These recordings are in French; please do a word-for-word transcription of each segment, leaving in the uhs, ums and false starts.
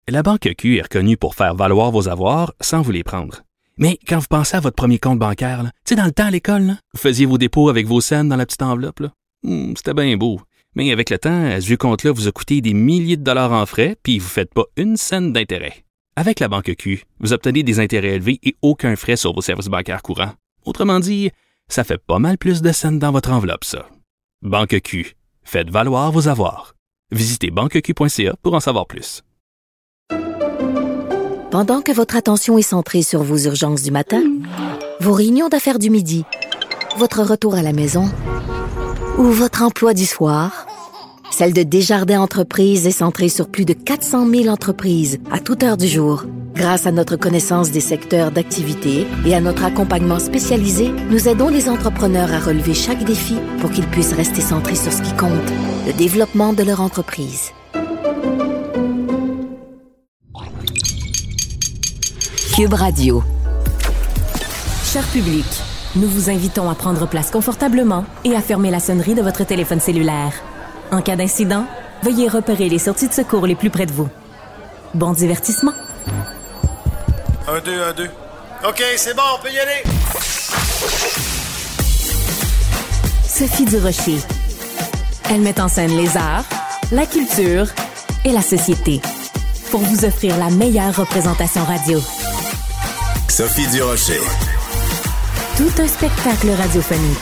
La Banque Q est reconnue pour faire valoir vos avoirs sans vous les prendre. Mais quand vous pensez à votre premier compte bancaire, tu sais, dans le temps à l'école, là, vous faisiez vos dépôts avec vos scènes dans la petite enveloppe. Là. Hum, c'était bien beau. Mais avec le temps, à ce vieux compte-là vous a coûté des milliers de dollars en frais, puis vous ne faites pas une scène d'intérêt. Avec la Banque Q, vous obtenez des intérêts élevés et aucun frais sur vos services bancaires courants. Autrement dit, ça fait pas mal plus de scènes dans votre enveloppe, ça. Banque Q. Faites valoir vos avoirs. Visitez banque q point c a pour en savoir plus. Pendant que votre attention est centrée sur vos urgences du matin, vos réunions d'affaires du midi, votre retour à la maison ou votre emploi du soir, celle de Desjardins Entreprises est centrée sur plus de quatre cent mille entreprises à toute heure du jour. Grâce à notre connaissance des secteurs d'activité et à notre accompagnement spécialisé, nous aidons les entrepreneurs à relever chaque défi pour qu'ils puissent rester centrés sur ce qui compte, le développement de leur entreprise. Cube Radio. Cher public, nous vous invitons à prendre place confortablement et à fermer la sonnerie de votre téléphone cellulaire. En cas d'incident, veuillez repérer les sorties de secours les plus près de vous. Bon divertissement. Un, deux, un, deux. OK, c'est bon, on peut y aller. Sophie Durocher. Elle met en scène les arts, la culture et la société pour vous offrir la meilleure représentation radio. Sophie Durocher. Tout un spectacle radiophonique.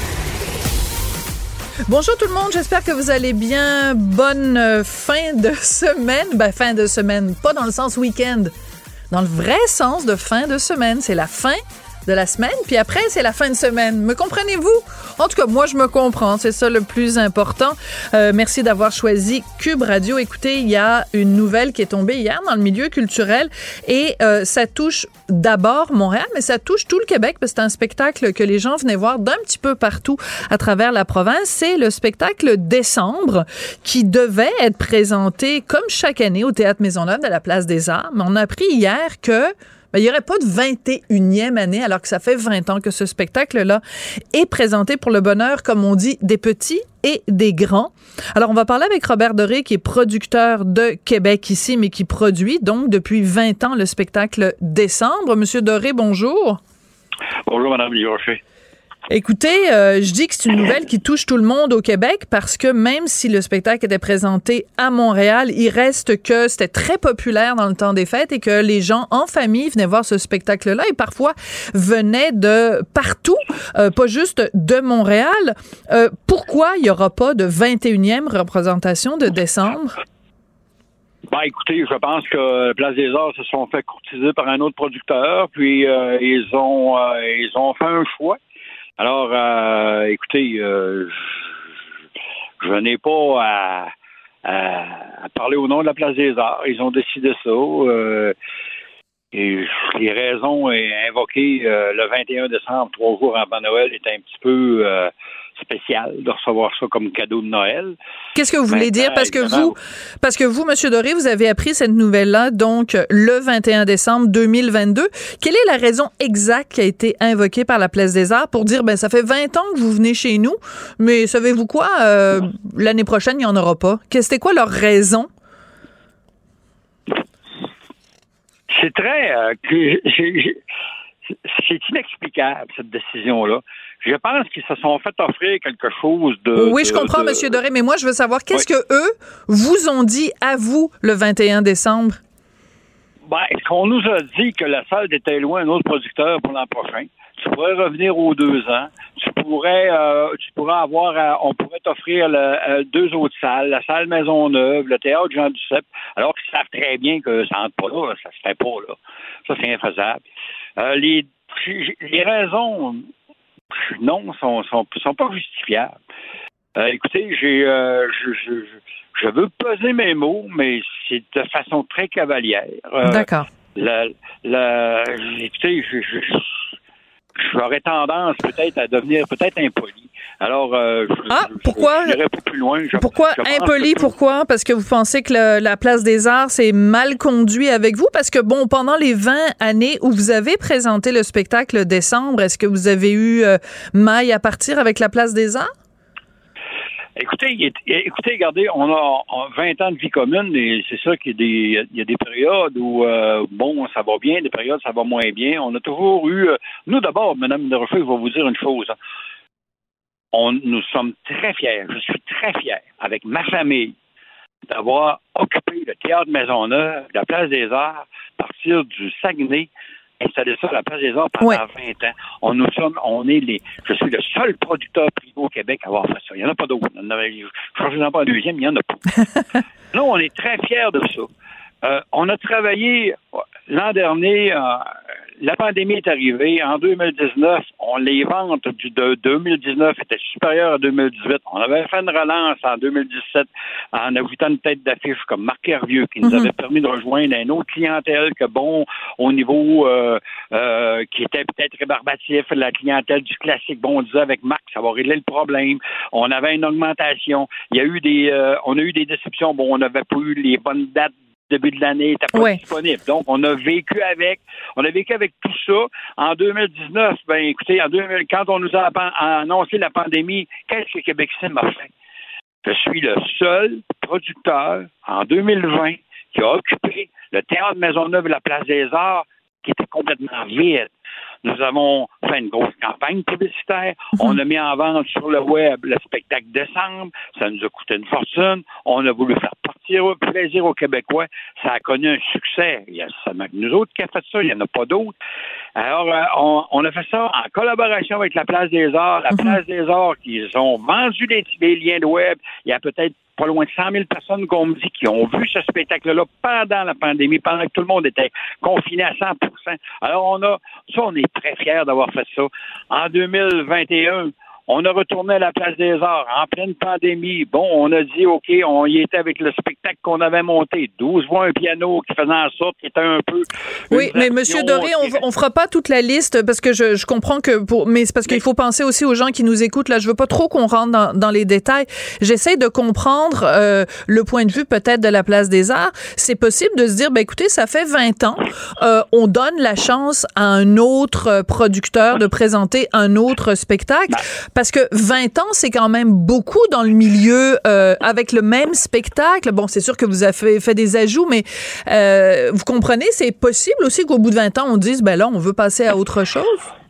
Bonjour tout le monde, j'espère que vous allez bien. Bonne euh, fin de semaine. Ben, fin de semaine, pas dans le sens week-end. Dans le vrai sens de fin de semaine. C'est la fin de la semaine, puis après, c'est la fin de semaine. Me comprenez-vous? En tout cas, moi, je me comprends. C'est ça le plus important. Euh, merci d'avoir choisi Cube Radio. Écoutez, il y a une nouvelle qui est tombée hier dans le milieu culturel et euh, ça touche d'abord Montréal, mais ça touche tout le Québec parce que c'est un spectacle que les gens venaient voir d'un petit peu partout à travers la province. C'est le spectacle Décembre qui devait être présenté comme chaque année au Théâtre Maisonneuve de la Place des Arts. Mais on a appris hier que ben, il n'y aurait pas de vingt et unième année, alors que ça fait vingt ans que ce spectacle-là est présenté pour le bonheur, comme on dit, des petits et des grands. Alors, on va parler avec Robert Doré, qui est producteur de Québec ici, mais qui produit donc depuis vingt ans le spectacle Décembre. Monsieur Doré, bonjour. Bonjour, Madame Durocher. Écoutez, euh, je dis que c'est une nouvelle qui touche tout le monde au Québec parce que même si le spectacle était présenté à Montréal, il reste que c'était très populaire dans le temps des fêtes et que les gens en famille venaient voir ce spectacle-là et parfois venaient de partout, euh, pas juste de Montréal. Euh, pourquoi il n'y aura pas de vingt et unième représentation de Décembre? Ben, écoutez, je pense que Place des Arts se sont fait courtiser par un autre producteur, puis euh, ils ont euh, ils ont fait un choix. Alors, euh, écoutez, euh, je, je n'ai pas à, à, à parler au nom de la Place des Arts. Ils ont décidé ça. Euh, et les raisons invoquées euh, le vingt et un décembre, trois jours avant Noël, est un petit peu euh, spécial de recevoir ça comme cadeau de Noël. Qu'est-ce que vous voulez dire? Parce que vous, parce que vous, Monsieur Doré, vous avez appris cette nouvelle-là, donc, le vingt et un décembre deux mille vingt-deux. Quelle est la raison exacte qui a été invoquée par la Place des Arts pour dire, ben, ça fait vingt ans que vous venez chez nous, mais savez-vous quoi? Euh, l'année prochaine, il n'y en aura pas. C'était quoi leur raison? C'est très... Euh, j'ai, j'ai, c'est inexplicable, cette décision-là. Je pense qu'ils se sont fait offrir quelque chose de... Oui, je de, comprends, de... M. Doré, mais moi, je veux savoir, qu'est-ce oui. que eux vous ont dit à vous le vingt et un décembre? Ben, on nous a dit que la salle était loin un autre producteur pour l'an prochain. Tu pourrais revenir aux deux ans. Tu pourrais, euh, tu pourrais avoir, euh, on pourrait t'offrir le, euh, deux autres salles, la salle Maisonneuve, le théâtre Jean Duceppe, alors qu'ils savent très bien que ça entre pas là, ça se fait pas là. Ça, c'est infaisable. Euh, les, les raisons, non, sont, sont, sont pas justifiables. Euh, écoutez, j'ai, euh, je, je, je veux peser mes mots, mais c'est de façon très cavalière. Euh, D'accord. La, la, écoutez, je, je, je j'aurais tendance peut-être à devenir peut-être impoli. Alors, euh, je, ah, je, pourquoi? Je n'irai pas plus loin. Je, pourquoi je impoli? Que... Pourquoi? Parce que vous pensez que le, la Place des Arts s'est mal conduit avec vous? Parce que, bon, pendant les vingt années où vous avez présenté le spectacle Décembre, est-ce que vous avez eu euh, maille à partir avec la Place des Arts? Écoutez, écoutez, regardez, on a vingt ans de vie commune et c'est ça qu'il y a des, il y a des périodes où, euh, bon, ça va bien, des périodes ça va moins bien. On a toujours eu... Euh, nous, d'abord, Mme Desrochers, je vais vous dire une chose. Hein. On, nous sommes très fiers, je suis très fier, avec ma famille, d'avoir occupé le Théâtre Maisonneuve, la Place des Arts, à partir du Saguenay, installé ça à la Place des Arts pendant ouais. vingt ans. On, nous sommes, on est les, je suis le seul producteur privé au Québec à avoir fait ça. Il n'y en a pas d'autres. Je ne change pas un deuxième, il n'y en a pas. Nous, on est très fiers de ça. Euh, on a travaillé l'an dernier, euh, la pandémie est arrivée. En deux mille dix-neuf, on, les ventes du, de deux mille dix-neuf étaient supérieures à deux mille dix-huit. On avait fait une relance en deux mille dix-sept en ajoutant une tête d'affiche comme Marc Hervieux qui nous mm-hmm. avait permis de rejoindre une autre clientèle que, bon, au niveau euh, euh, qui était peut-être rébarbatif, la clientèle du classique. Bon, on disait avec Marc, ça va régler le problème. On avait une augmentation. Il y a eu des, euh, on a eu des déceptions. Bon, on n'avait pas eu les bonnes dates. Début de l'année, n'était pas ouais. disponible. Donc, on a vécu avec, on a vécu avec tout ça. En deux mille dix-neuf, ben, écoutez, en deux mille, quand on nous a annoncé la pandémie, qu'est-ce que Québec Sim a fait? Je suis le seul producteur, en deux mille vingt, qui a occupé le Théâtre Maisonneuve et la Place des Arts, qui était complètement vide. Nous avons fait une grosse campagne publicitaire. Mm-hmm. On a mis en vente sur le web le spectacle décembre. Ça nous a coûté une fortune. On a voulu faire partir plaisir aux Québécois. Ça a connu un succès. Il y a seulement nous autres qui a fait ça. Il n'y en a pas d'autres. Alors, euh, on, on a fait ça en collaboration avec la Place des Arts. La mm-hmm. Place des Arts qui ont vendu des, des liens de web. Il y a peut-être pas loin de cent mille personnes qu'on me dit qui ont vu ce spectacle-là pendant la pandémie, pendant que tout le monde était confiné à cent pour cent. Alors, on a, ça, on est très fiers d'avoir fait ça. En deux mille vingt et un, on a retourné à la Place des Arts en pleine pandémie. Bon, on a dit, OK, on y était avec le spectacle qu'on avait monté. douze voix, un piano qui faisait en sorte qu'il était un peu... Oui, mais M. Doré, on ne fera pas toute la liste parce que je, je comprends que... Pour, mais c'est parce qu'il faut penser aussi aux gens qui nous écoutent. Là, je veux pas trop qu'on rentre dans, dans les détails. J'essaie de comprendre euh, le point de vue peut-être de la Place des Arts. C'est possible de se dire, ben écoutez, ça fait vingt ans, euh, on donne la chance à un autre producteur de présenter un autre spectacle. Parce que vingt ans, c'est quand même beaucoup dans le milieu euh, avec le même spectacle. Bon, c'est sûr que vous avez fait, fait des ajouts, mais euh, vous comprenez, c'est possible aussi qu'au bout de vingt ans, on dise, ben là, on veut passer à autre chose?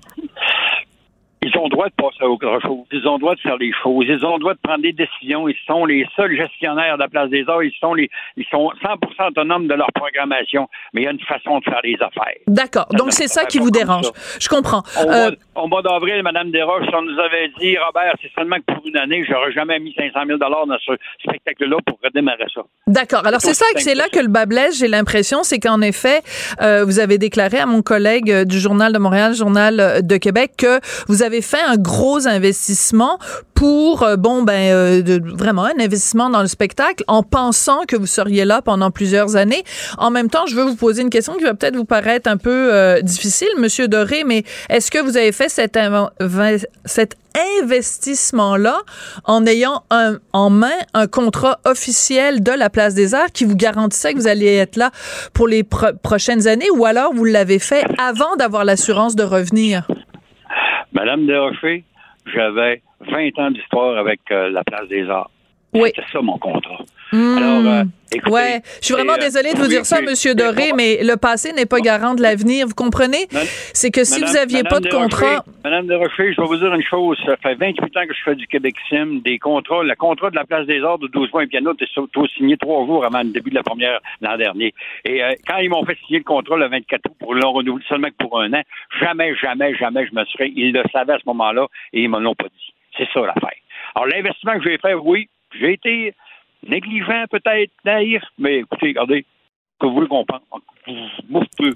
Ils ont le droit de passer à autre chose. Ils ont le droit de faire les choses. Ils ont le droit de prendre des décisions. Ils sont les seuls gestionnaires de la Place des Arts. Ils sont les, ils sont cent pour cent autonomes de leur programmation. Mais il y a une façon de faire les affaires. D'accord. Ça Donc, c'est ça qui vous dérange. Ça. Je comprends. Au, euh... mois, au mois d'avril, Mme Desroches, on nous avait dit, Robert, c'est seulement que pour une année, j'aurais jamais mis cinq cent mille dollars dans ce spectacle-là pour redémarrer ça. D'accord. Alors, c'est, c'est ça, c'est là que le bas blesse, j'ai l'impression, c'est qu'en effet, euh, vous avez déclaré à mon collègue du Journal de Montréal, Journal de Québec, que vous avez fait un gros investissement pour, euh, bon, ben, euh, de, vraiment un investissement dans le spectacle en pensant que vous seriez là pendant plusieurs années. En même temps, je veux vous poser une question qui va peut-être vous paraître un peu euh, difficile, Monsieur Doré, mais est-ce que vous avez fait cet, inv- cet investissement-là en ayant un, en main un contrat officiel de la Place des Arts qui vous garantissait que vous alliez être là pour les pro- prochaines années, ou alors vous l'avez fait avant d'avoir l'assurance de revenir? Madame Desrochers, j'avais vingt ans d'histoire avec euh, la Place des Arts. Oui. C'était ça, mon contrat. Mmh. Alors, euh, écoutez... Ouais. Je suis vraiment et, désolée de euh, vous oui, dire ça, oui, Monsieur oui, Doré, mais le passé n'est pas garant de l'avenir. Vous comprenez? Man, c'est que si Madame, vous aviez Madame pas de contrat... Madame Desrochers, je vais vous dire une chose. Ça fait vingt-huit ans que je fais du Québec Sim, des contrats. Le contrat de la Place des Arts de douze voix et piano était signé trois jours avant le début de la première l'an dernier. Et euh, quand ils m'ont fait signer le contrat le vingt-quatre août pour le renouveler seulement que pour un an, jamais, jamais, jamais je me serais... Ils le savaient à ce moment-là et ils me l'ont pas dit. C'est ça l'affaire. Alors, l'investissement que j'ai fait, oui, j'ai été négligent, peut-être, naïf, mais écoutez, regardez, que vous voulez comprendre. Vous pouvez,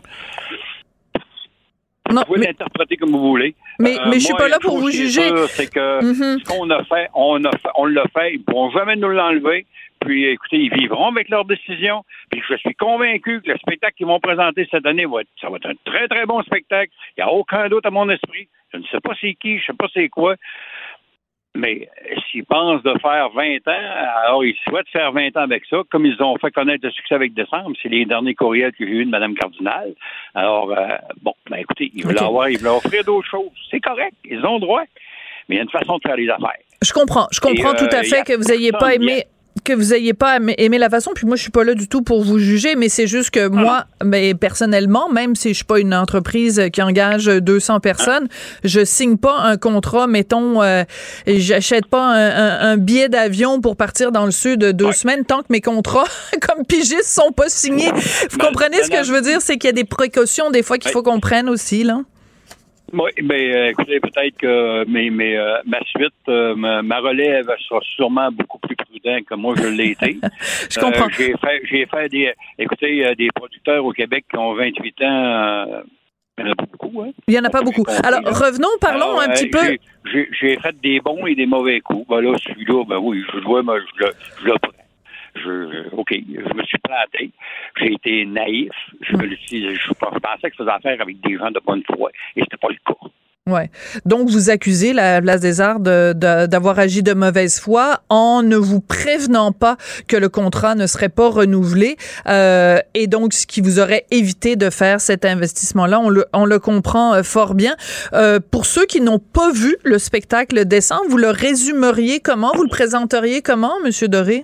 non, vous pouvez mais, l'interpréter comme vous voulez. Mais, euh, mais je suis pas là pour vous juger. Sûr, c'est que mm-hmm. ce qu'on a fait, on, a fait, on l'a fait, ils ne pourront jamais nous l'enlever. Puis, écoutez, ils vivront avec leurs décisions. Puis, je suis convaincu que le spectacle qu'ils vont présenter cette année, va être, ça va être un très, très bon spectacle. Il n'y a aucun doute à mon esprit. Je ne sais pas c'est qui, je ne sais pas c'est quoi. Mais s'ils pensent de faire vingt ans, alors ils souhaitent faire vingt ans avec ça, comme ils ont fait connaître le succès avec Décembre. C'est les derniers courriels que j'ai eus de Mme Cardinal. Alors, euh, bon, ben écoutez, ils veulent, okay. avoir, ils veulent offrir d'autres choses. C'est correct, ils ont le droit. Mais il y a une façon de faire les affaires. Je comprends. Je comprends Et, tout à euh, fait que vous ayez pas aimé... que vous ayez pas aimé la façon, puis moi je suis pas là du tout pour vous juger, mais c'est juste que moi, mais personnellement, même si je suis pas une entreprise qui engage deux cents personnes, je signe pas un contrat, mettons, euh, j'achète pas un, un, un billet d'avion pour partir dans le sud deux ouais. semaines tant que mes contrats comme pigistes sont pas signés. Vous ben, comprenez ben, ce que je veux dire, c'est qu'il y a des précautions des fois qu'il faut qu'on prenne aussi, là. Oui, bien, euh, écoutez, peut-être que mais, mais, euh, ma suite, euh, ma, ma relève sera sûrement beaucoup plus prudent que moi je l'ai été. Je comprends. Euh, j'ai fait, j'ai fait des, écoutez, euh, des producteurs au Québec qui ont vingt-huit ans. Euh, il n'y en a pas beaucoup, hein? Il n'y en a pas beaucoup. Alors, revenons, parlons Alors, un euh, petit peu. J'ai, j'ai, j'ai fait des bons et des mauvais coups. Ben là, celui-là, ben oui, je jouais, mais je le, je le prends. Je, OK, je me suis planté. J'ai été naïf. Je, me suis, je, je pensais que ça faisait affaire avec des gens de bonne foi et c'était pas le cas. Ouais. Donc, vous accusez la Place des Arts de, de, d'avoir agi de mauvaise foi en ne vous prévenant pas que le contrat ne serait pas renouvelé. Euh, et donc, ce qui vous aurait évité de faire cet investissement-là, on le, on le comprend euh, fort bien. Euh, pour ceux qui n'ont pas vu le spectacle décembre, vous le résumeriez comment? Vous le présenteriez comment, M. Doré?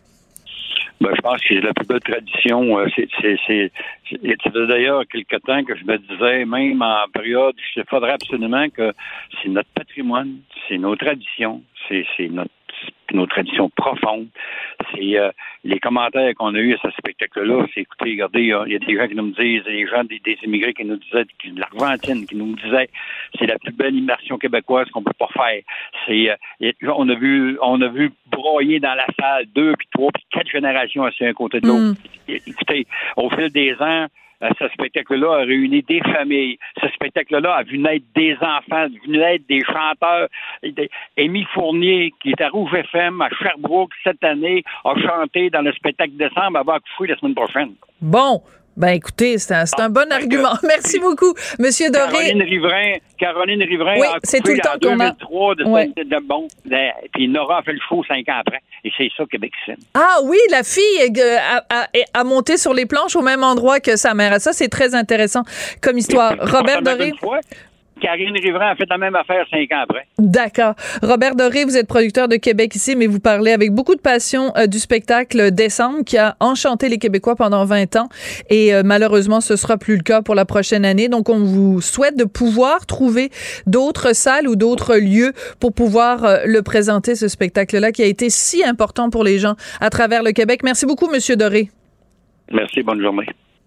Ben, je pense que c'est la plus belle tradition. C'est, c'est, c'est, c'est, c'est d'ailleurs quelque temps que je me disais, même en période, il faudrait absolument que c'est notre patrimoine, c'est nos traditions, c'est, c'est notre nos traditions profondes. C'est euh, les commentaires qu'on a eus à ce spectacle-là. C'est, écoutez, regardez, il y a des gens qui nous disent, des gens, des, des immigrés qui nous disaient, de l'Argentine, qui nous disaient, c'est la plus belle immersion québécoise qu'on peut pas faire. C'est, euh, on a vu, on a vu broyer dans la salle deux, puis trois, puis quatre générations assis un côté de l'autre. Mm. Écoutez, au fil des ans, ce spectacle-là a réuni des familles. Ce spectacle-là a vu naître des enfants, a vu naître des chanteurs. Émy Fournier, qui est à Rouge F M, à Sherbrooke, cette année, a chanté dans le spectacle de décembre, elle va accoucher la semaine prochaine. Bon. Ben écoutez, c'est un, c'est un bon argument. Merci beaucoup, Monsieur Doré. Caroline Riverain, Caroline Riverain oui, a c'est tout le temps en qu'on deux mille trois a. de, ouais. de, de bon. De, puis Nora a fait le show cinq ans après. Et c'est ça Québec Cine. Ah oui, la fille euh, a, a, a monté sur les planches au même endroit que sa mère. Ça, c'est très intéressant comme histoire. Robert Doré. Karine Riverain a fait la même affaire cinq ans après. D'accord. Robert Doré, vous êtes producteur de Québec ici, mais vous parlez avec beaucoup de passion euh, du spectacle Décembre qui a enchanté les Québécois pendant vingt ans et euh, malheureusement, ce sera plus le cas pour la prochaine année. Donc, on vous souhaite de pouvoir trouver d'autres salles ou d'autres lieux pour pouvoir euh, le présenter, ce spectacle-là qui a été si important pour les gens à travers le Québec. Merci beaucoup, Monsieur Doré. Merci, bonne journée.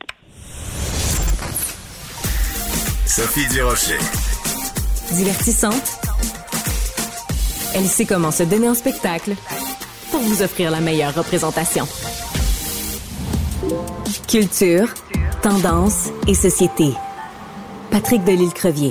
Sophie Durocher. Divertissante. Elle sait comment se donner en spectacle pour vous offrir la meilleure représentation. Culture, tendance et société. Patrick Delisle-Crevier.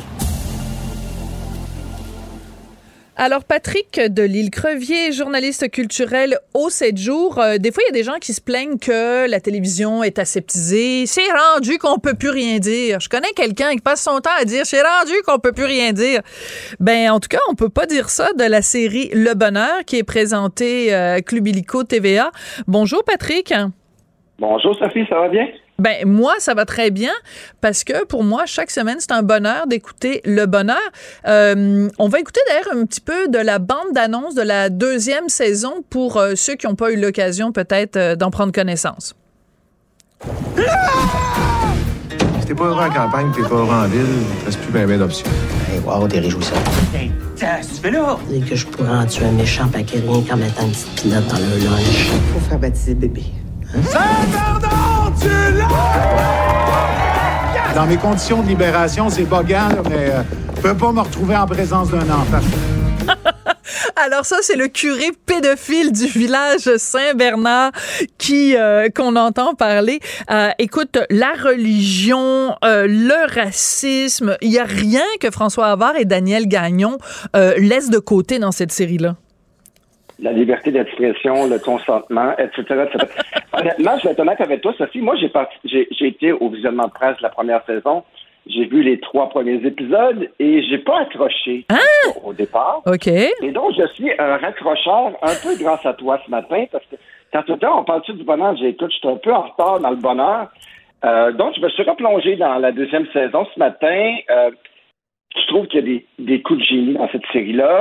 Alors, Patrick Delisle-Crevier, journaliste culturel au sept jours. Euh, des fois, il y a des gens qui se plaignent que la télévision est aseptisée. C'est rendu qu'on peut plus rien dire. Je connais quelqu'un qui passe son temps à dire « c'est rendu qu'on peut plus rien dire ». Ben, en tout cas, on peut pas dire ça de la série Le Bonheur qui est présentée à euh, Club Illico T V A. Bonjour, Patrick. Bonjour, Sophie, ça va bien? Ben moi, ça va très bien parce que pour moi, chaque semaine, c'est un bonheur d'écouter Le Bonheur. Euh, on va écouter d'ailleurs un petit peu de la bande-d'annonce de la deuxième saison pour euh, ceux qui n'ont pas eu l'occasion peut-être euh, d'en prendre connaissance. Si t'es pas heureux en campagne, t'es pas heureux en ville, il te reste plus bien ben d'options. Hey, wow, t'es réjouissant. Hey, qu'est-ce que tu fais là? Dire que je pourrais en tuer un méchant paquet rien qu'en mettant une petite pinotte dans leur lunch. Faut faire baptiser bébé. Dans mes conditions de libération, c'est bagarre, mais euh, je peux pas me retrouver en présence d'un enfant. Alors ça, c'est le curé pédophile du village Saint-Bernard qui euh, qu'on entend parler. Euh, écoute, la religion, euh, le racisme, il y a rien que François Havard et Daniel Gagnon euh, laissent de côté dans cette série-là. La liberté d'expression, le consentement, et cetera, et cetera. Honnêtement, je vais être honnête avec toi, Sophie. Moi, j'ai, parti, j'ai, j'ai été au visionnement de presse de la première saison. J'ai vu les trois premiers épisodes et j'ai pas accroché hein? au départ. OK. Et donc, je suis un raccrocheur un peu grâce à toi ce matin parce que quand tout le temps, on parle-tu du bonheur? J'écoute, je suis un peu en retard dans le bonheur. Euh, donc, je me suis replongé dans la deuxième saison ce matin. Euh, je trouve qu'il y a des, des coups de génie dans cette série-là.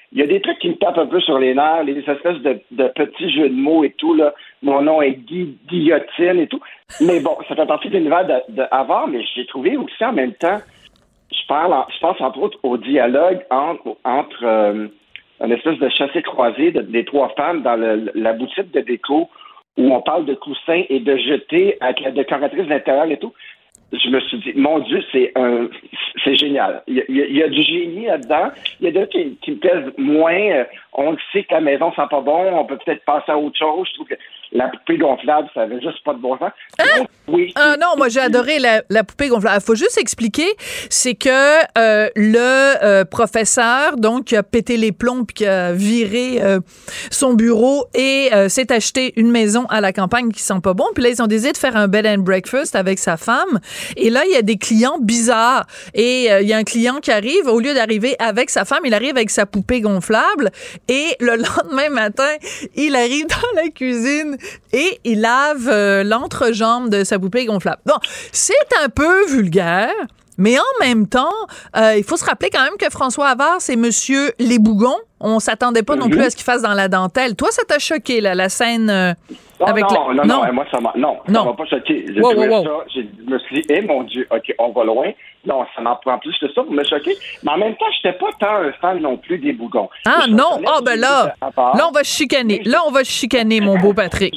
il y a des trucs qui me tapent un peu sur les nerfs, les espèces de, de petits jeux de mots et tout, là. Mon nom est Guy Guillotine et tout. Mais bon, ça fait partie de l'univers de, de avant, mais j'ai trouvé aussi en même temps, je parle, en, je pense entre autres au dialogue entre, entre euh, une espèce de chassé-croisé de, des trois femmes dans le, la boutique de déco où on parle de coussins et de jeter avec la décoratrice d'intérieur et tout. Je me suis dit, mon Dieu, c'est un, c'est génial. Il y a, il y a du génie là-dedans. Il y a d'autres qui, qui me plaisent moins. On le sait que la maison sent pas bon. On peut peut-être passer à autre chose. Je trouve que la poupée gonflable, ça avait juste pas de bon sens. Hein? Donc, oui. Ah non, moi j'ai adoré la, la poupée gonflable. Il faut juste expliquer, c'est que euh, le euh, professeur, donc, qui a pété les plombs puis qui a viré euh, son bureau et euh, s'est acheté une maison à la campagne qui sent pas bon. Puis là, ils ont décidé de faire un bed and breakfast avec sa femme. Et là, il y a des clients bizarres. Et euh, il y a un client qui arrive, au lieu d'arriver avec sa femme, il arrive avec sa poupée gonflable. Et le lendemain matin, il arrive dans la cuisine et il lave euh, l'entrejambe de sa poupée gonflable. Bon, c'est un peu vulgaire, mais en même temps, euh, il faut se rappeler quand même que François Havard, c'est Monsieur Les Bougons. On s'attendait pas mm-hmm. non plus à ce qu'il fasse dans la dentelle. Toi, ça t'a choqué, là, la scène euh, non, avec non, la... non, non, non, moi, ça m'a, non, non. ça m'a pas choqué. J'ai wow, trouvé wow, wow. ça, j'ai, je me suis dit, eh mon Dieu, OK, on va loin. Non, ça m'en prend plus que ça pour me choquer. Mais en même temps, j'étais pas tant un fan non plus des Bougons. Ah non, ah oh, ben là, là, on va chicaner. Là, on va chicaner, mon beau Patrick.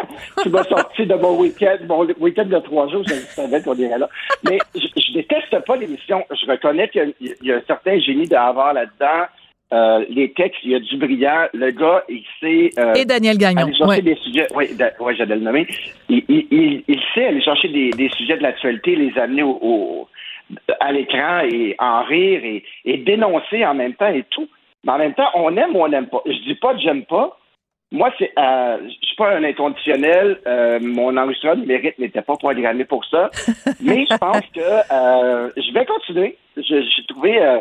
Tu vas sortir de mon week-end, mon week-end de trois jours, je savais qu'on irait là. Mais je, je déteste pas l'émission. Je reconnais qu'il y a, il y a un certain génie de Havard là-dedans. Euh, les textes, il y a du brillant. Le gars, il sait... Euh, Et Daniel Gagnon. Aller chercher ouais. des sujets... Oui, da, ouais, j'allais le nommer. Il, il, il, il sait aller chercher des, des sujets de l'actualité, les amener au, au, à l'écran et en rire et, et dénoncer en même temps et tout. Mais en même temps, on aime ou on n'aime pas. Je dis pas que j'aime pas. Moi, c'est, euh, je suis pas un inconditionnel. Euh, mon enregistrement numérique n'était pas programmé pour ça. Mais je pense que euh, je vais continuer. Je, j'ai trouvé... Euh,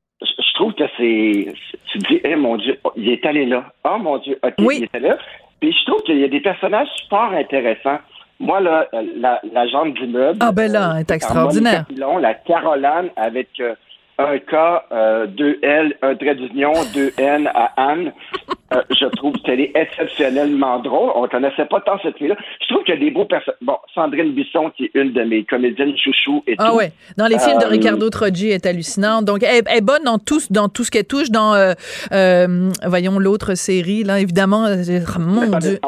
Je trouve que c'est... Tu te dis, eh, mon Dieu, il est allé là. Oh, mon Dieu, OK, oui. il était là. Puis je trouve qu'il y a des personnages super intéressants. Moi, là, la, la jambe d'immeuble... Ah, ben là, elle est extraordinaire. Pilon, la Caroline avec euh, un K, euh, deux L, un trait d'union, deux N à Anne. Euh, je trouve qu'elle est exceptionnellement drôle. On ne connaissait pas tant cette fille-là. Je trouve qu'il y a des beaux personnages. Bon, Sandrine Bisson, qui est une de mes comédiennes chouchou et ah tout. Ah ouais, dans les films euh, de Ricardo Troggi, elle est hallucinante. Donc, elle, elle est bonne dans tout, dans tout ce qu'elle touche. Dans, euh, euh, voyons, l'autre série, là, évidemment. Oh, mon Dieu.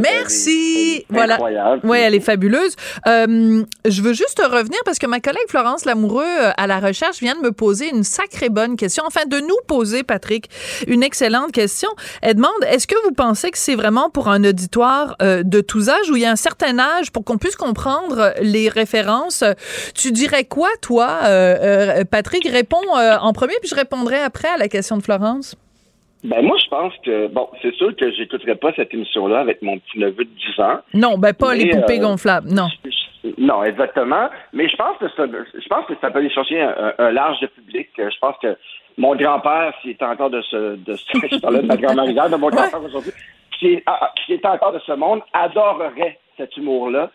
Merci! Elle est voilà. Incroyable. Oui, elle est fabuleuse. Euh, je veux juste revenir parce que ma collègue Florence Lamoureux, à la recherche, vient de me poser une sacrée bonne question. Enfin, de nous poser, Patrick, une excellente question. Elle demande, est-ce que vous pensez que c'est vraiment pour un auditoire euh, de tous âges où il y a un certain âge pour qu'on puisse comprendre les références? Tu dirais quoi, toi, euh, euh, Patrick? Réponds euh, en premier, puis je répondrai après à la question de Florence. Ben moi, je pense que, bon, c'est sûr que j'écouterai pas cette émission-là avec mon petit-neveu de dix ans. Non, ben pas mais, les poupées euh, gonflables, non. Je, non, exactement. Mais je pense que ça, je pense que ça peut aller chercher un, un large de public. Je pense que mon grand-père, s'il était encore de ce... De ce je parlais de ma grand-mère hier, de mon grand-père aujourd'hui, s'il était encore de ce monde, adorerait cet humour-là.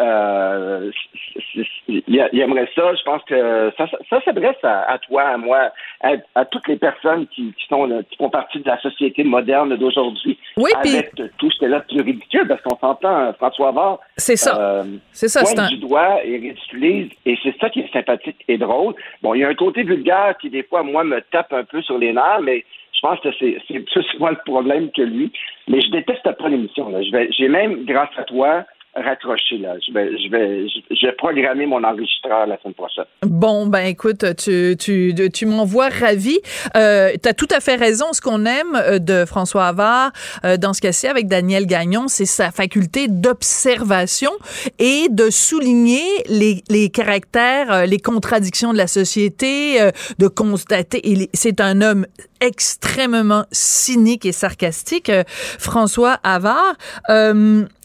Euh, il, il aimerait ça. Je pense que ça, ça s'adresse à, à toi, à moi, à, à toutes les personnes qui, qui, sont, qui font partie de la société moderne d'aujourd'hui. Oui, avec pis... tout ce qui est là de plus ridicule, parce qu'on s'entend, François Havard. C'est ça. Euh, c'est ça. pointe c'est un... du doigt et ridiculise, et c'est ça qui est sympathique et drôle. Bon, il y a un côté vulgaire qui, des fois, moi, me tape un peu sur les nerfs, mais je pense que c'est, c'est plus souvent le problème que lui. Mais je déteste pas l'émission. Là. Je vais, j'ai même, grâce à toi, raccroché là. Je vais, je vais, je vais programmer mon enregistreur la semaine prochaine. Bon, ben écoute, tu, tu, tu m'envoies ravi. Euh, tu as tout à fait raison. Ce qu'on aime de François Havard, euh, dans ce cas-ci avec Daniel Gagnon, c'est sa faculté d'observation et de souligner les, les caractères, les contradictions de la société, euh, de constater. Il, c'est un homme extrêmement cynique et sarcastique, euh, François Havard. Euh,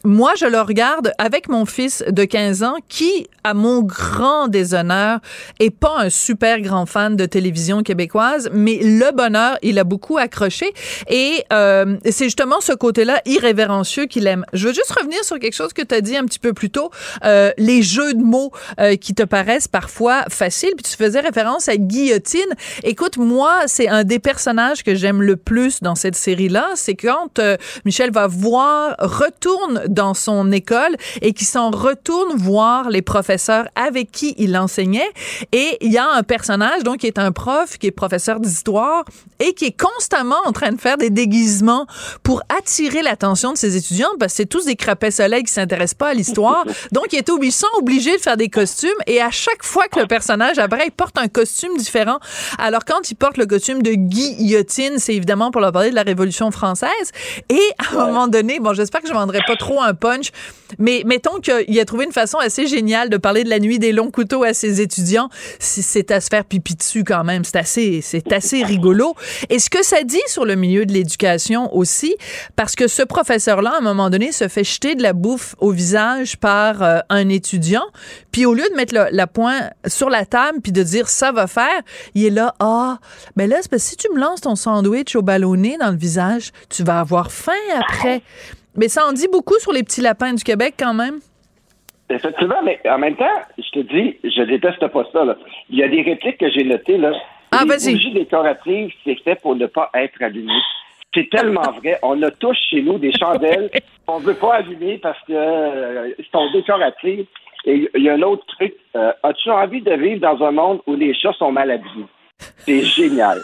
moi, je le regarde avec mon fils de quinze ans qui, à mon grand déshonneur, est pas un super grand fan de télévision québécoise, mais Le Bonheur, il a beaucoup accroché et euh, c'est justement ce côté-là irrévérencieux qu'il aime. Je veux juste revenir sur quelque chose que tu as dit un petit peu plus tôt, euh, les jeux de mots euh, qui te paraissent parfois faciles, puis tu faisais référence à Guillotine. Écoute, moi, c'est un des personnages que j'aime le plus dans cette série-là, c'est quand euh, Michel va voir, retourne dans son école et qui s'en retourne voir les professeurs avec qui il enseignait. Et il y a un personnage, donc, qui est un prof, qui est professeur d'histoire et qui est constamment en train de faire des déguisements pour attirer l'attention de ses étudiants parce que c'est tous des crapets-soleils qui s'intéressent pas à l'histoire. Donc, ils étaient obligés, sont obligés de faire des costumes et à chaque fois que le personnage, après, il porte un costume différent. Alors, quand il porte le costume de Guillotine, c'est évidemment pour leur parler de la Révolution française. Et à un moment donné, bon, j'espère que je vendrai pas trop un punch, mais mettons qu'il a trouvé une façon assez géniale de parler de la nuit des longs couteaux à ses étudiants. C'est à se faire pipi dessus quand même. C'est assez, c'est assez rigolo. Et ce que ça dit sur le milieu de l'éducation aussi, parce que ce professeur-là, à un moment donné, se fait jeter de la bouffe au visage par euh, un étudiant, puis au lieu de mettre le, la poing sur la table puis de dire ça va faire, il est là, ah, ben là, c'est parce que si tu me lances ton sandwich au ballonné dans le visage, tu vas avoir faim après. Mais ça en dit beaucoup sur les petits lapins du Québec quand même. Effectivement, mais en même temps, je te dis, je déteste pas ça, là. Il y a des répliques que j'ai notées, là. Ah, les vas-y. bougies décoratives, c'est fait pour ne pas être allumées. C'est tellement vrai. On a tous chez nous des chandelles qu'on ne veut pas allumer parce que euh, sont décoratives. Et il y a un autre truc. Euh, as-tu envie de vivre dans un monde où les chats sont mal habillés? C'est génial.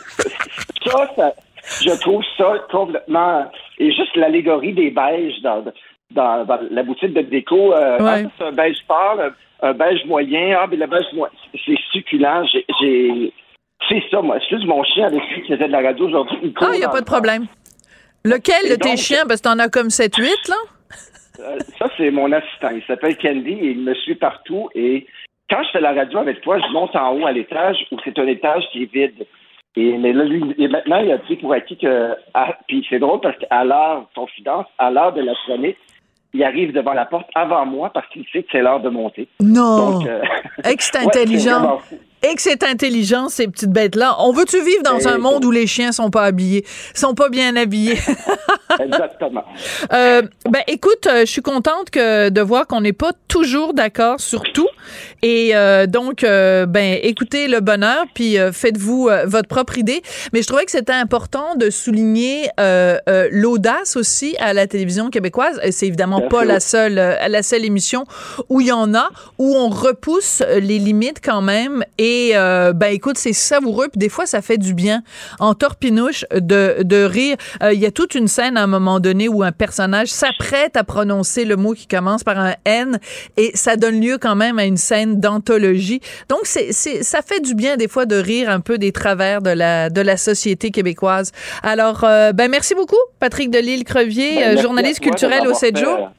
Ça, ça, je trouve ça complètement... Et juste l'allégorie des beiges dans... Dans, dans la boutique de déco, euh, ouais. ah, c'est un beige pâle, un beige moyen, ah, mais le beige moyen, c'est succulent, j'ai, j'ai, c'est ça, moi, c'est juste mon chien avec lui qui faisait de la radio aujourd'hui. Il ah, il n'y a pas de problème. Lequel et de donc, tes chiens, parce que t'en as comme sept huit, là? Euh, ça, c'est mon assistant, il s'appelle Candy et il me suit partout et quand je fais la radio avec toi, je monte en haut à l'étage où c'est un étage qui est vide. Et, mais là, lui, et maintenant, il a dit pour acquis que, ah, puis c'est drôle parce qu'à l'heure, confidence, à l'heure de la chronique, il arrive devant la porte avant moi parce qu'il sait que c'est l'heure de monter. Non! Donc, euh, et que c'est ouais, intelligent. C'est et que c'est intelligent, ces petites bêtes-là. On veut-tu vivre dans et un monde où les chiens sont pas habillés, sont pas bien habillés? Exactement. euh, ben, écoute, euh, je suis contente que, de voir qu'on n'est pas toujours d'accord sur tout. Et euh, donc, euh, ben, écoutez Le Bonheur, puis euh, faites-vous euh, votre propre idée. Mais je trouvais que c'était important de souligner euh, euh, l'audace aussi à la télévision québécoise. Et c'est évidemment Bien pas sûr. la seule, euh, la seule émission où il y en a, où on repousse les limites quand même. Et euh, ben, écoute, c'est savoureux. Puis des fois, ça fait du bien en torpinouche de, de rire. Il euh, y a toute une scène à un moment donné où un personnage s'apprête à prononcer le mot qui commence par un N et ça donne lieu quand même à une scène d'anthologie. Donc, c'est, c'est, ça fait du bien des fois de rire un peu des travers de la, de la société québécoise. Alors, euh, ben merci beaucoup, Patrick Delisle-Crevier, ben, euh, journaliste culturel au sept jours.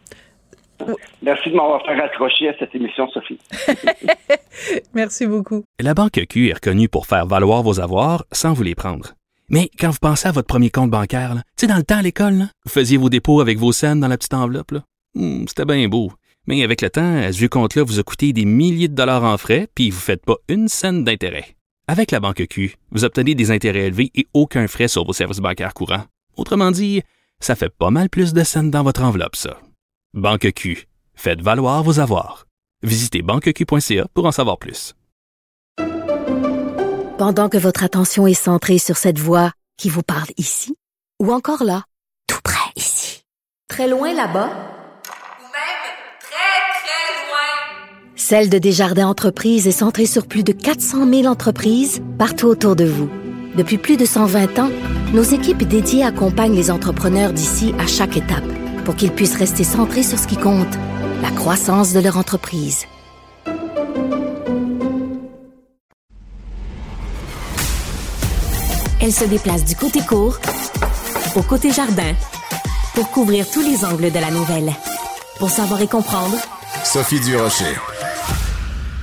Merci de m'avoir fait raccrocher à cette émission, Sophie. Merci beaucoup. La Banque Q est reconnue pour faire valoir vos avoirs sans vous les prendre. Mais quand vous pensez à votre premier compte bancaire, tu sais, dans le temps à l'école, là, vous faisiez vos dépôts avec vos scènes dans la petite enveloppe. Là. Hum, c'était bien beau. Mais avec le temps, ce vieux compte-là vous a coûté des milliers de dollars en frais, puis vous ne faites pas une scène d'intérêt. Avec la Banque Q, vous obtenez des intérêts élevés et aucun frais sur vos services bancaires courants. Autrement dit, ça fait pas mal plus de scènes dans votre enveloppe, ça. Banque Q. Faites valoir vos avoirs. Visitez banque q point c a pour en savoir plus. Pendant que votre attention est centrée sur cette voix qui vous parle ici, ou encore là, tout près ici, très loin là-bas, ou même très, très loin, celle de Desjardins Entreprises est centrée sur plus de quatre cent mille entreprises partout autour de vous. Depuis plus de cent vingt ans, nos équipes dédiées accompagnent les entrepreneurs d'ici à chaque étape pour qu'ils puissent rester centrés sur ce qui compte, la croissance de leur entreprise. Elle se déplace du côté court au côté jardin pour couvrir tous les angles de la nouvelle. Pour savoir et comprendre, Sophie Durocher.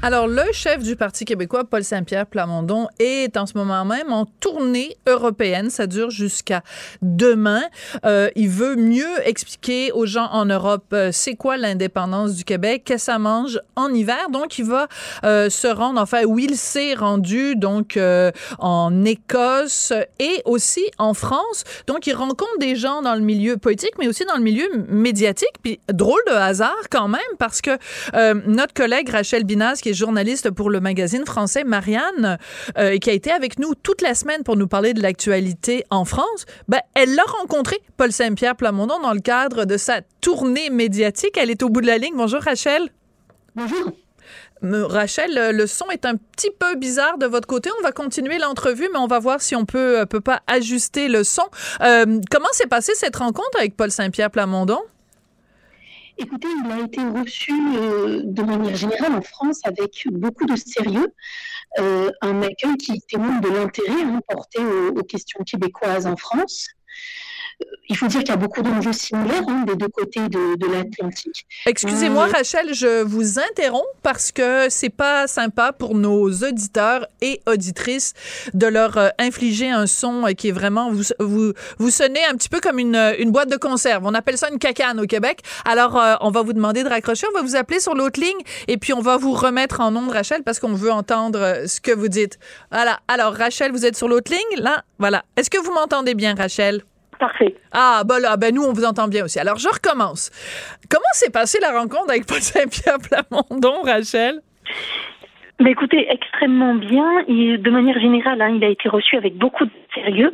Alors, le chef du Parti québécois, Paul Saint-Pierre Plamondon, est en ce moment même en tournée européenne. Ça dure jusqu'à demain. Euh, il veut mieux expliquer aux gens en Europe euh, c'est quoi l'indépendance du Québec, qu'est-ce que ça mange en hiver. Donc, il va euh, se rendre, enfin, où il s'est rendu, donc, euh, en Écosse et aussi en France. Donc, il rencontre des gens dans le milieu politique, mais aussi dans le milieu médiatique. Puis, drôle de hasard quand même, parce que euh, notre collègue Rachel Binaz, qui est journaliste pour le magazine français Marianne, euh, et qui a été avec nous toute la semaine pour nous parler de l'actualité en France, ben, elle l'a rencontré, Paul Saint-Pierre Plamondon, dans le cadre de sa tournée médiatique. Elle est au bout de la ligne. Bonjour, Rachel. Bonjour. Rachel, le son est un petit peu bizarre de votre côté. On va continuer l'entrevue, mais on va voir si on peut, peut pas ajuster le son. Euh, comment s'est passée cette rencontre avec Paul Saint-Pierre Plamondon? Écoutez, il a été reçu euh, de manière générale en France avec beaucoup de sérieux, euh, un accueil qui témoigne de l'intérêt hein, porté aux, aux questions québécoises en France. Il faut dire qu'il y a beaucoup d'enjeux similaires hein, des deux côtés de, de l'Atlantique. Excusez-moi, euh... Rachel, je vous interromps parce que c'est pas sympa pour nos auditeurs et auditrices de leur euh, infliger un son euh, qui est vraiment... Vous, vous, vous sonnez un petit peu comme une, une boîte de conserve. On appelle ça une cacane au Québec. Alors, euh, on va vous demander de raccrocher. On va vous appeler sur l'autre ligne et puis on va vous remettre en ondes, Rachel, parce qu'on veut entendre euh, ce que vous dites. Voilà. Alors, Rachel, vous êtes sur l'autre ligne? Là, voilà. Est-ce que vous m'entendez bien, Rachel? Parfait. Ah, ben là, ben nous, on vous entend bien aussi. Alors, je recommence. Comment s'est passée la rencontre avec Paul Saint-Pierre Plamondon, Rachel? Ben écoutez, extrêmement bien. Et de manière générale, hein, il a été reçu avec beaucoup de sérieux.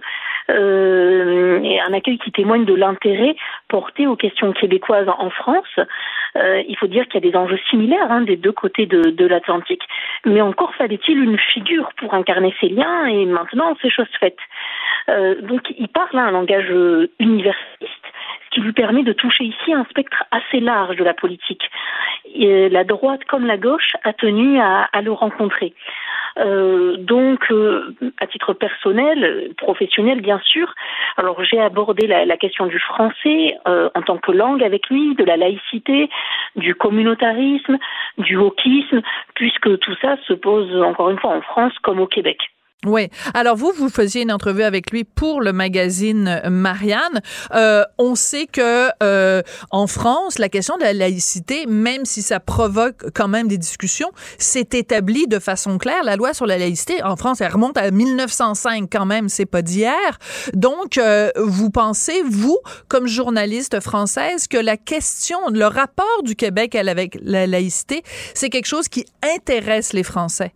Euh, et un accueil qui témoigne de l'intérêt porté aux questions québécoises en France. Euh, il faut dire qu'il y a des enjeux similaires hein, des deux côtés de, de l'Atlantique, mais encore fallait-il une figure pour incarner ces liens, et maintenant c'est chose faite. Euh, donc il parle hein, un langage universaliste, ce qui lui permet de toucher ici un spectre assez large de la politique. Et la droite comme la gauche a tenu à, à le rencontrer. Euh, donc, euh, à titre personnel, professionnel bien sûr, alors j'ai abordé la, la question du français euh, en tant que langue avec lui, de la laïcité, du communautarisme, du wokisme, puisque tout ça se pose encore une fois en France comme au Québec. Oui. Alors, vous, vous faisiez une entrevue avec lui pour le magazine Marianne. Euh, on sait que euh, en France, la question de la laïcité, même si ça provoque quand même des discussions, s'est établie de façon claire. La loi sur la laïcité, en France, elle remonte à mille neuf cent cinq quand même, c'est pas d'hier. Donc, euh, vous pensez, vous, comme journaliste française, que la question, le rapport du Québec avec la laïcité, c'est quelque chose qui intéresse les Français?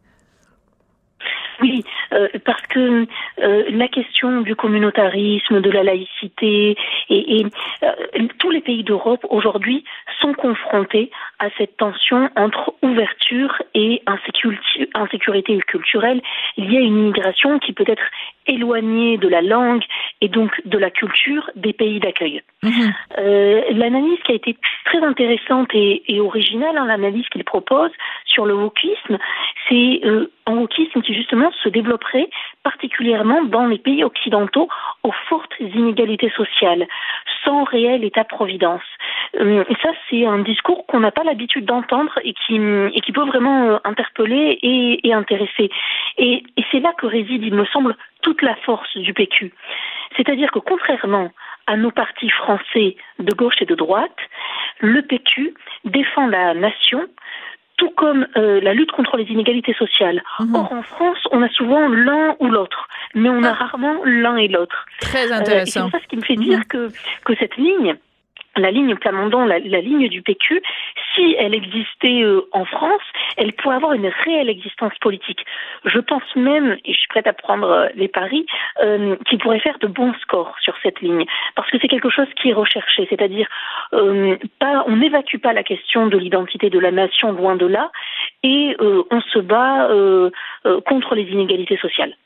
Oui, euh, parce que euh, la question du communautarisme, de la laïcité, et, et euh, tous les pays d'Europe aujourd'hui sont confrontés à cette tension entre ouverture et insécurité, insécurité culturelle liée à une immigration qui peut être éloignée de la langue et donc de la culture des pays d'accueil. Mmh. Euh, l'analyse qui a été très intéressante et, et originale, hein, l'analyse qu'il propose sur le wokisme, c'est euh, un wokisme qui justement se développerait particulièrement dans les pays occidentaux aux fortes inégalités sociales, sans réel État-providence. Euh, et ça, c'est un discours qu'on n'a pas l'habitude d'entendre et qui, et qui peut vraiment euh, interpeller et, et intéresser. Et, et c'est là que réside, il me semble, toute la force du P Q. C'est-à-dire que contrairement à nos partis français de gauche et de droite, le P Q défend la nation, tout comme euh, la lutte contre les inégalités sociales. Mmh. Or, en France, on a souvent l'un ou l'autre, mais on a ah. rarement l'un et l'autre. Très intéressant. Euh, et c'est ça ce qui me fait dire mmh. que, que cette ligne, la ligne Plamondon, la, la ligne du P Q, si elle existait euh, en France, elle pourrait avoir une réelle existence politique. Je pense même, et je suis prête à prendre euh, les paris, euh, qu'il pourrait faire de bons scores sur cette ligne, parce que c'est quelque chose qui est recherché, c'est-à-dire euh, pas, on n'évacue pas la question de l'identité de la nation, loin de là, et euh, on se bat euh, euh, contre les inégalités sociales.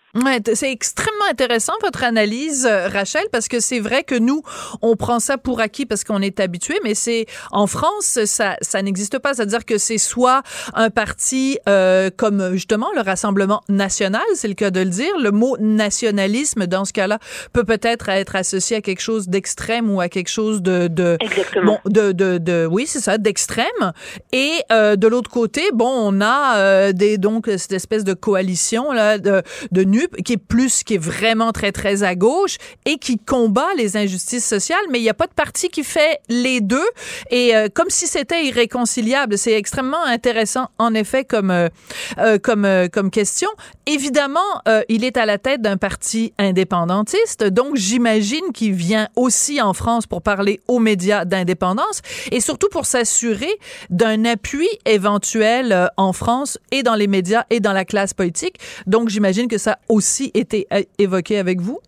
Ouais, c'est extrêmement intéressant votre analyse, Rachel, parce que c'est vrai que nous, on prend ça pour acquis parce qu'on est habitué, mais c'est en France, ça, ça n'existe pas. C'est-à-dire que c'est soit un parti euh, comme justement le Rassemblement national, c'est le cas de le dire. Le mot nationalisme, dans ce cas-là, peut peut-être être associé à quelque chose d'extrême ou à quelque chose de, de Exactement. bon, de, de, de, oui, c'est ça, d'extrême. Et euh, de l'autre côté, bon, on a euh, des donc cette espèce de coalition là de, de N U P qui est plus, qui est vraiment très très à gauche et qui combat les injustices sociales, mais il n'y a pas de parti qui fait les deux. Et euh, comme si c'était irréconciliable, c'est extrêmement intéressant en effet comme euh, euh, comme euh, comme question. Évidemment, euh, il est à la tête d'un parti indépendantiste, donc j'imagine qu'il vient aussi en France pour parler aux médias d'indépendance et surtout pour s'assurer d'un appui éventuel euh, en France et dans les médias et dans la classe politique. Donc j'imagine que ça a aussi été euh, évoqué avec vous.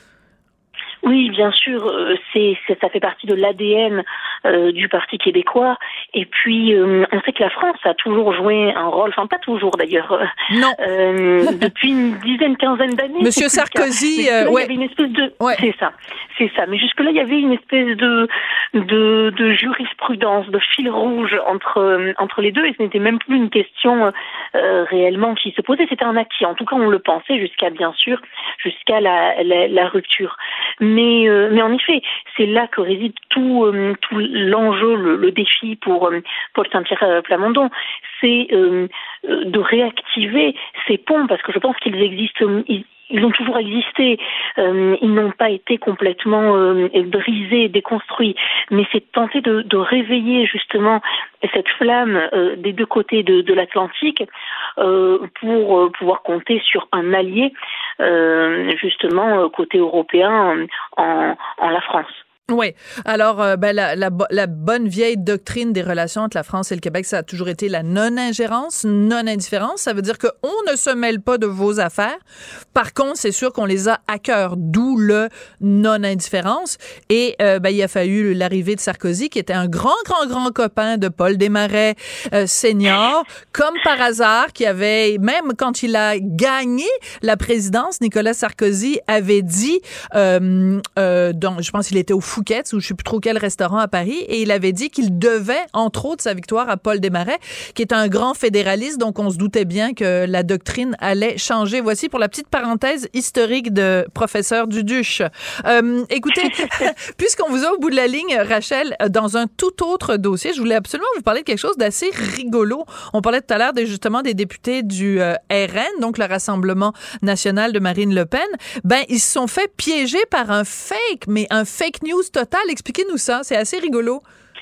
Oui, bien sûr, euh, c'est, c'est ça fait partie de l'A D N euh, du Parti québécois. Et puis, euh, on sait que la France a toujours joué un rôle, enfin pas toujours d'ailleurs, non, euh, depuis une dizaine, quinzaine d'années. Monsieur Sarkozy, euh, ouais. Il y avait une espèce de, ouais. c'est ça, c'est ça. Mais jusque là, il y avait une espèce de de, de jurisprudence, de fil rouge entre euh, entre les deux, et ce n'était même plus une question euh, réellement qui se posait. C'était un acquis. En tout cas, on le pensait jusqu'à bien sûr jusqu'à la la, la rupture. Mais, euh, mais en effet, c'est là que réside tout, euh, tout l'enjeu, le, le défi pour euh, Paul Saint-Pierre Plamondon. C'est euh, de réactiver ces ponts, parce que je pense qu'ils existent, ils, ils ont toujours existé, euh, ils n'ont pas été complètement euh, brisés, déconstruits, mais c'est de tenter de, de réveiller justement cette flamme euh, des deux côtés de, de l'Atlantique euh, pour euh, pouvoir compter sur un allié euh, justement euh, côté européen en, en la France. Oui. Alors, euh, ben, la, la, la bonne vieille doctrine des relations entre la France et le Québec, ça a toujours été la non-ingérence, non-indifférence. Ça veut dire qu'on ne se mêle pas de vos affaires. Par contre, c'est sûr qu'on les a à cœur, d'où le non-indifférence. Et euh, ben, il a fallu l'arrivée de Sarkozy, qui était un grand, grand, grand copain de Paul Desmarais euh, senior, comme par hasard, qui avait, même quand il a gagné la présidence, Nicolas Sarkozy avait dit, euh, euh, donc, je pense qu'il était au Fouquet's ou je sais plus trop quel restaurant à Paris, et il avait dit qu'il devait, entre autres, sa victoire à Paul Desmarais, qui est un grand fédéraliste, donc on se doutait bien que la doctrine allait changer. Voici pour la petite parenthèse historique de professeur Duduche. Euh, écoutez, puisqu'on vous a au bout de la ligne, Rachel, dans un tout autre dossier, je voulais absolument vous parler de quelque chose d'assez rigolo. On parlait tout à l'heure des, justement des députés du euh, R N, donc le Rassemblement national de Marine Le Pen. Ben, ils se sont fait piéger par un fake, mais un fake news total. Expliquez-nous ça, c'est assez rigolo.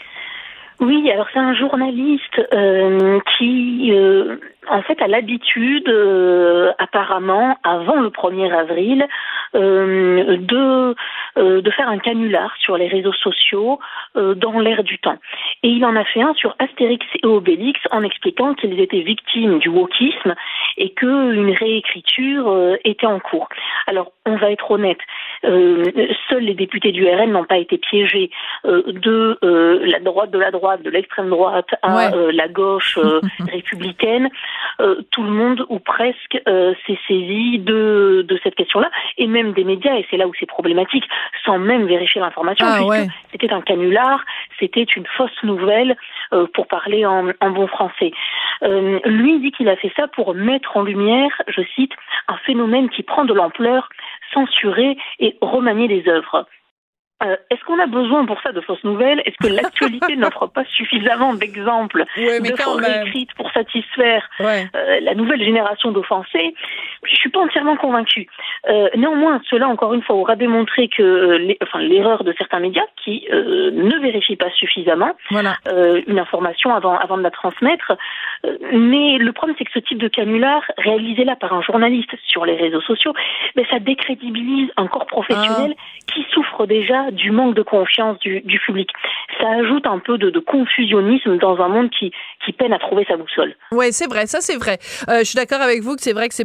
Oui, alors c'est un journaliste euh, qui, euh, en fait, a l'habitude, euh, apparemment, avant le premier avril, euh, de euh, de faire un canular sur les réseaux sociaux euh, dans l'air du temps. Et il en a fait un sur Astérix et Obélix en expliquant qu'ils étaient victimes du wokisme et qu'une réécriture euh, était en cours. Alors, on va être honnête, euh, seuls les députés du R N n'ont pas été piégés euh, de euh, la droite de la droite, de l'extrême droite à ouais. euh, la gauche euh, républicaine. Euh, tout le monde, ou presque, euh, s'est saisi de, de cette question-là, et même des médias, et c'est là où c'est problématique, sans même vérifier l'information, ah, puisque ouais. c'était un canular, c'était une fausse nouvelle, euh, pour parler en, en bon français. Euh, lui dit qu'il a fait ça pour mettre en lumière, je cite, un phénomène qui prend de l'ampleur, censurer et remanier les œuvres. Euh, est-ce qu'on a besoin pour ça de fausses nouvelles? Est-ce que l'actualité n'offre pas suffisamment d'exemples ouais, d'œuvres réécrites pour satisfaire ouais. euh, la nouvelle génération d'offensés? Je suis pas entièrement convaincue. Euh, néanmoins, cela, encore une fois, aura démontré que euh, les, enfin, l'erreur de certains médias qui euh, ne vérifient pas suffisamment voilà. euh, une information avant, avant de la transmettre. Euh, mais le problème, c'est que ce type de canular, réalisé là par un journaliste sur les réseaux sociaux, ben, ça décrédibilise un corps professionnel ah. qui souffre déjà du manque de confiance du, du public. Ça ajoute un peu de, de confusionnisme dans un monde qui, qui peine à trouver sa boussole. Oui, c'est vrai, ça c'est vrai. Euh, je suis d'accord avec vous que c'est vrai que c'est pas trop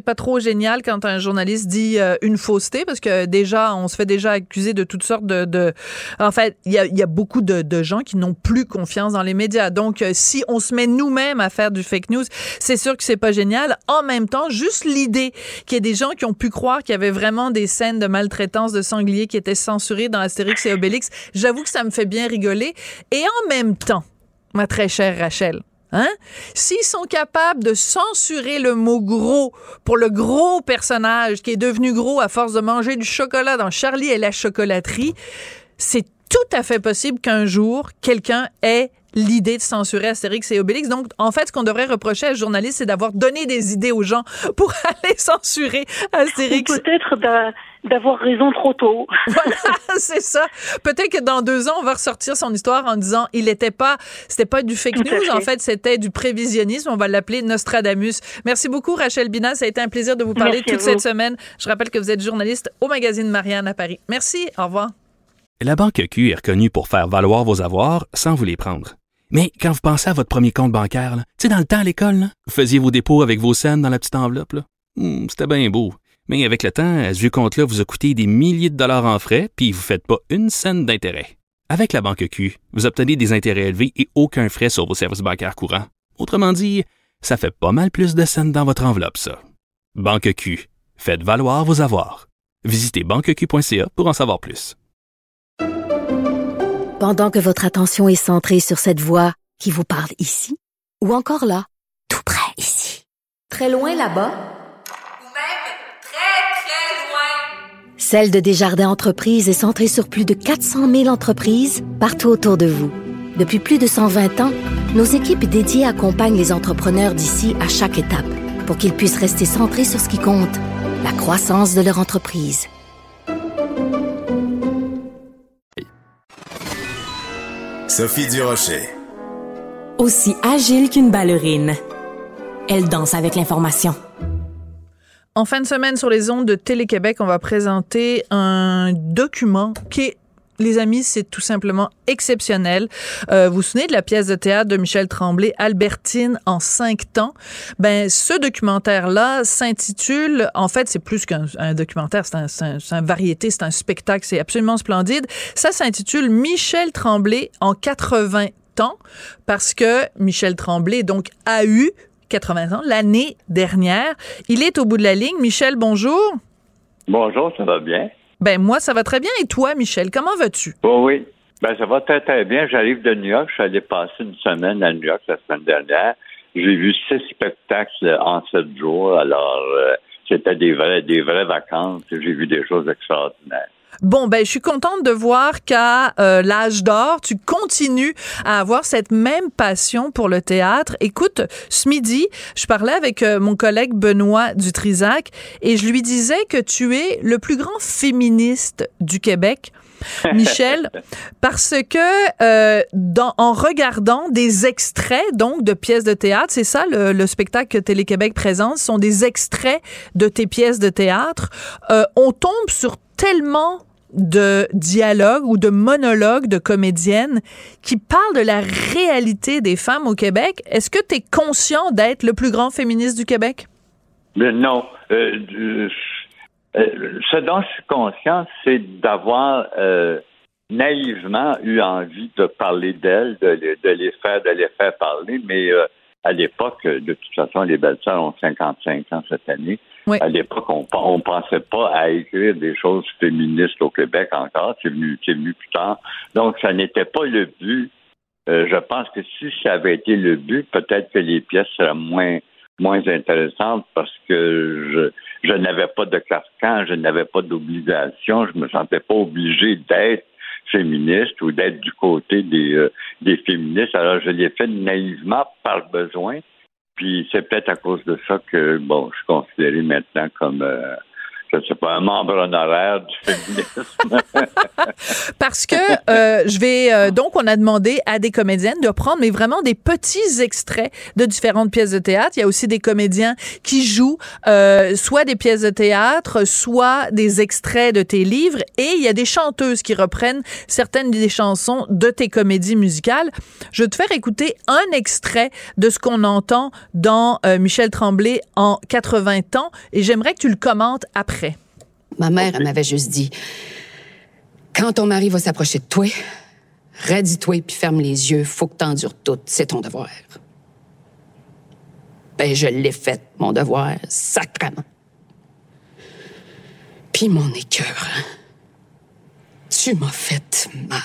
génial quand un journaliste dit euh, une fausseté, parce que déjà, on se fait déjà accuser de toutes sortes de... de... En fait, il y a, y a beaucoup de, de gens qui n'ont plus confiance dans les médias. Donc, euh, si on se met nous-mêmes à faire du fake news, c'est sûr que c'est pas génial. En même temps, juste l'idée qu'il y ait des gens qui ont pu croire qu'il y avait vraiment des scènes de maltraitance de sangliers qui étaient censurées dans Astérix et Obélix, j'avoue que ça me fait bien rigoler. Et en même temps, ma très chère Rachel, hein? S'ils sont capables de censurer le mot gros pour le gros personnage qui est devenu gros à force de manger du chocolat dans Charlie et la chocolaterie, c'est tout à fait possible qu'un jour, quelqu'un ait l'idée de censurer Astérix et Obélix. Donc, en fait, ce qu'on devrait reprocher à ce journaliste, c'est d'avoir donné des idées aux gens pour aller censurer Astérix. Ou peut-être d'a- d'avoir raison trop tôt. Voilà, c'est ça. Peut-être que dans deux ans, on va ressortir son histoire en disant il était pas, c'était pas du fake Tout news, fait. en fait, c'était du prévisionnisme. On va l'appeler Nostradamus. Merci beaucoup, Rachel Binas. Ça a été un plaisir de vous parler Merci à toute vous. cette semaine. Je rappelle que vous êtes journaliste au magazine Marianne à Paris. Merci. Au revoir. La Banque Q est reconnue pour faire valoir vos avoirs sans vous les prendre. Mais quand vous pensez à votre premier compte bancaire, tu sais, dans le temps à l'école, là, vous faisiez vos dépôts avec vos scènes dans la petite enveloppe. Là. Hum, c'était bien beau. Mais avec le temps, ce vieux compte-là vous a coûté des milliers de dollars en frais, puis vous ne faites pas une scène d'intérêt. Avec la Banque Q, vous obtenez des intérêts élevés et aucun frais sur vos services bancaires courants. Autrement dit, ça fait pas mal plus de scènes dans votre enveloppe, ça. Banque Q. Faites valoir vos avoirs. Visitez banque q point c a pour en savoir plus. Pendant que votre attention est centrée sur cette voix qui vous parle ici, ou encore là, tout près ici, très loin là-bas, Ou même très, très loin. Celle de Desjardins Entreprises est centrée sur plus de quatre cent mille entreprises partout autour de vous. Depuis plus de cent vingt ans, nos équipes dédiées accompagnent les entrepreneurs d'ici à chaque étape pour qu'ils puissent rester centrés sur ce qui compte, la croissance de leur entreprise. Sophie Durocher. Aussi agile qu'une ballerine. Elle danse avec l'information. En fin de semaine, sur les ondes de Télé-Québec, on va présenter un document qui est, les amis, c'est tout simplement exceptionnel. Euh, vous vous souvenez de la pièce de théâtre de Michel Tremblay, Albertine en cinq temps? Ben, ce documentaire-là s'intitule, en fait, c'est plus qu'un un documentaire, c'est un, c'est un, c'est un variété, c'est un spectacle, c'est absolument splendide. Ça s'intitule Michel Tremblay en quatre-vingts temps, parce que Michel Tremblay, donc, a eu quatre-vingts ans l'année dernière. Il est au bout de la ligne. Michel, bonjour. Bonjour, ça va bien? Ben, moi, ça va très bien. Et toi, Michel, comment vas-tu? Oh oui. Ben, ça va très, très bien. J'arrive de New York. Je suis allé passer une semaine à New York la semaine dernière. J'ai vu six spectacles en sept jours. Alors, euh, c'était des vraies, des vraies vacances. J'ai vu des choses extraordinaires. Bon, ben, je suis contente de voir qu'à euh, l'âge d'or, tu continues à avoir cette même passion pour le théâtre. Écoute, ce midi, je parlais avec euh, mon collègue Benoît Dutrisac et je lui disais que tu es le plus grand féministe du Québec, Michel, parce que euh, dans, en regardant des extraits donc de pièces de théâtre, c'est ça le, le spectacle que Télé-Québec présente, ce sont des extraits de tes pièces de théâtre, euh, on tombe sur tellement de dialogues ou de monologues de comédiennes qui parlent de la réalité des femmes au Québec. Est-ce que tu es conscient d'être le plus grand féministe du Québec? Mais non. Euh, euh, euh, ce dont je suis conscient, c'est d'avoir euh, naïvement eu envie de parler d'elles, de, les- de les faire, de les faire parler, mais euh, à l'époque, de toute façon, les belles-sœurs ont cinquante-cinq ans cette année. Oui. À l'époque, on on pensait pas à écrire des choses féministes au Québec encore. C'est venu, c'est venu plus tard. Donc, ça n'était pas le but. Euh, je pense que si ça avait été le but, peut-être que les pièces seraient moins moins intéressantes parce que je, je n'avais pas de carcan, je n'avais pas d'obligation, je me sentais pas obligé d'être féministe ou d'être du côté des, euh, des féministes. Alors, je l'ai fait naïvement par besoin. Puis c'est peut-être à cause de ça que, bon, je suis considéré maintenant comme, euh, je sais pas, un membre honoraire du féminisme. Parce que euh, je vais euh, donc on a demandé à des comédiennes de prendre mais vraiment des petits extraits de différentes pièces de théâtre. Il y a aussi des comédiens qui jouent euh, soit des pièces de théâtre, soit des extraits de tes livres, et il y a des chanteuses qui reprennent certaines des chansons de tes comédies musicales. Je vais te faire écouter un extrait de ce qu'on entend dans euh, Michel Tremblay en quatre-vingts ans, et j'aimerais que tu le commentes après. Ma mère, elle m'avait juste dit, quand ton mari va s'approcher de toi, radis-toi puis ferme les yeux, faut que t'endures tout, c'est ton devoir. Ben, je l'ai fait, mon devoir, sacrément. Puis mon écœur, tu m'as fait mal.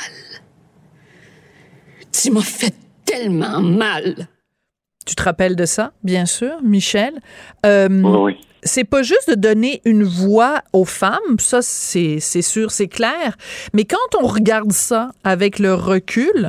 Tu m'as fait tellement mal. Tu te rappelles de ça, bien sûr, Michel? Euh, oui, oui. C'est pas juste de donner une voix aux femmes, ça c'est, c'est sûr, c'est clair, mais quand on regarde ça avec le recul,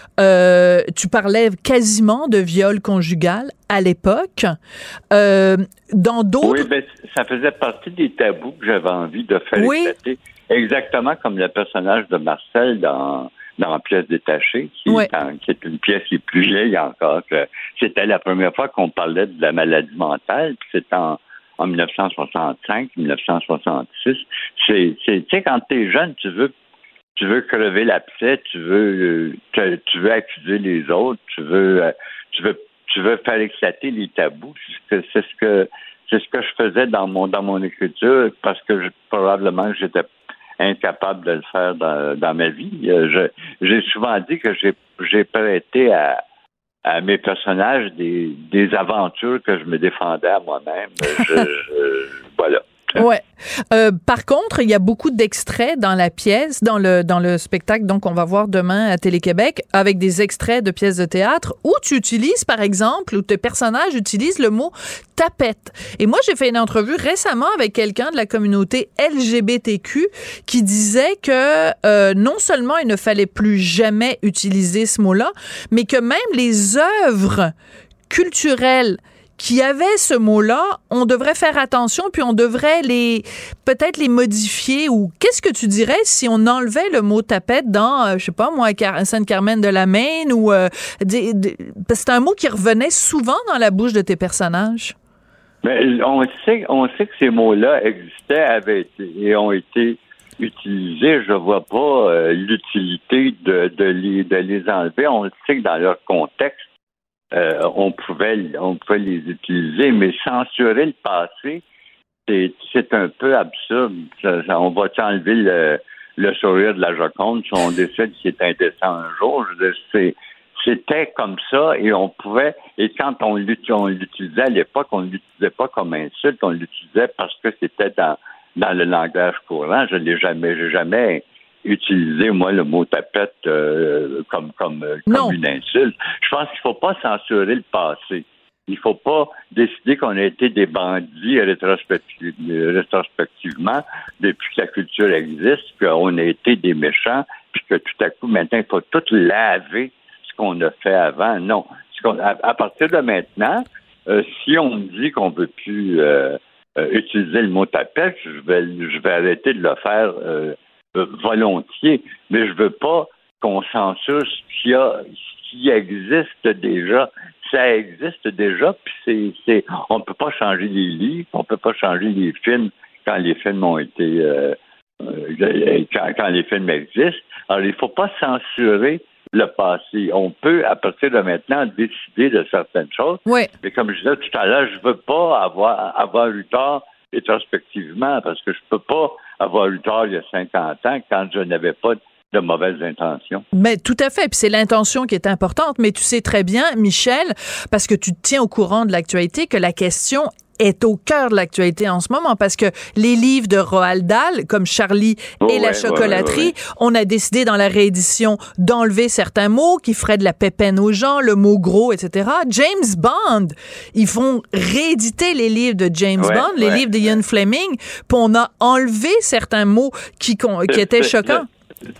euh, tu parlais quasiment de viol conjugal à l'époque, euh, dans d'autres... Oui, ben, ça faisait partie des tabous que j'avais envie de faire oui. éclater, exactement comme le personnage de Marcel dans... dans la pièce détachée, qui, oui. est en, qui est une pièce qui est plus vieille encore. Que, c'était la première fois qu'on parlait de la maladie mentale, puis c'était en, en dix-neuf cent soixante-cinq, dix-neuf cent soixante-six. C'est, c'est, tu sais, quand t'es jeune, tu veux, tu veux crever l'abcès, tu veux, tu, tu veux accuser les autres, tu veux, tu veux, tu veux faire éclater les tabous. C'est, c'est ce que, c'est ce que je faisais dans mon, dans mon écriture, parce que je, probablement j'étais incapable de le faire dans, dans ma vie. Je, j'ai souvent dit que j'ai, j'ai prêté à, à mes personnages des, des aventures que je me défendais à moi-même. Je, je, voilà. Ouais. Euh, par contre, il y a beaucoup d'extraits dans la pièce, dans le dans le spectacle donc on va voir demain à Télé-Québec, avec des extraits de pièces de théâtre où tu utilises par exemple, où tes personnages utilisent le mot tapette. Et moi, j'ai fait une entrevue récemment avec quelqu'un de la communauté L G B T Q qui disait que euh, non seulement il ne fallait plus jamais utiliser ce mot-là, mais que même les œuvres culturelles qui avait ce mot-là, on devrait faire attention, puis on devrait les peut-être les modifier. Ou qu'est-ce que tu dirais si on enlevait le mot tapette dans, euh, je sais pas moi, Car- Sainte-Carmen de la Maine, ou euh, des, des, parce que c'est un mot qui revenait souvent dans la bouche de tes personnages. Mais on sait, on sait que ces mots-là existaient, avaient été et ont été utilisés. Je vois pas euh, l'utilité de, de, les, de les enlever. On le sait que dans leur contexte, Euh, on pouvait on pouvait les utiliser, mais censurer le passé, c'est, c'est un peu absurde. Ça, ça, on va enlever le, le sourire de la Joconde si on décide qu'il est indécent un jour. Je veux dire, c'est, c'était comme ça et on pouvait, et quand on, on l'utilisait à l'époque, on ne l'utilisait pas comme insulte, on l'utilisait parce que c'était dans, dans le langage courant. Je l'ai jamais, j'ai jamais utiliser, moi, le mot tapette euh, comme, comme, comme une insulte. Je pense qu'il ne faut pas censurer le passé. Il ne faut pas décider qu'on a été des bandits rétrospective, rétrospectivement depuis que la culture existe, qu'on a été des méchants, puis que tout à coup, maintenant, il faut tout laver ce qu'on a fait avant. Non. À, à partir de maintenant, euh, si on me dit qu'on ne veut plus euh, euh, utiliser le mot tapette, je vais, je vais arrêter de le faire euh, volontiers, mais je veux pas qu'on censure ce qui a, ce qui existe déjà. Ça existe déjà, puis c'est, c'est, on peut pas changer les livres, on peut pas changer les films quand les films ont été, euh, euh, quand, quand les films existent. Alors, il faut pas censurer le passé. On peut, à partir de maintenant, décider de certaines choses. Oui. Mais comme je disais tout à l'heure, je veux pas avoir, avoir eu tort rétrospectivement, parce que je peux pas avoir eu tort il y a cinquante ans quand je n'avais pas de mauvaises intentions. Mais tout à fait, puis c'est l'intention qui est importante, mais tu sais très bien, Michel, parce que tu te tiens au courant de l'actualité, que la question est au cœur de l'actualité en ce moment, parce que les livres de Roald Dahl, comme Charlie oh, et la ouais, chocolaterie, ouais, ouais, ouais. on a décidé dans la réédition d'enlever certains mots qui feraient de la pépène aux gens, le mot gros, et cetera. James Bond, ils font rééditer les livres de James ouais, Bond, les ouais, livres de ouais. Ian Fleming, puis on a enlevé certains mots qui, qui étaient choquants.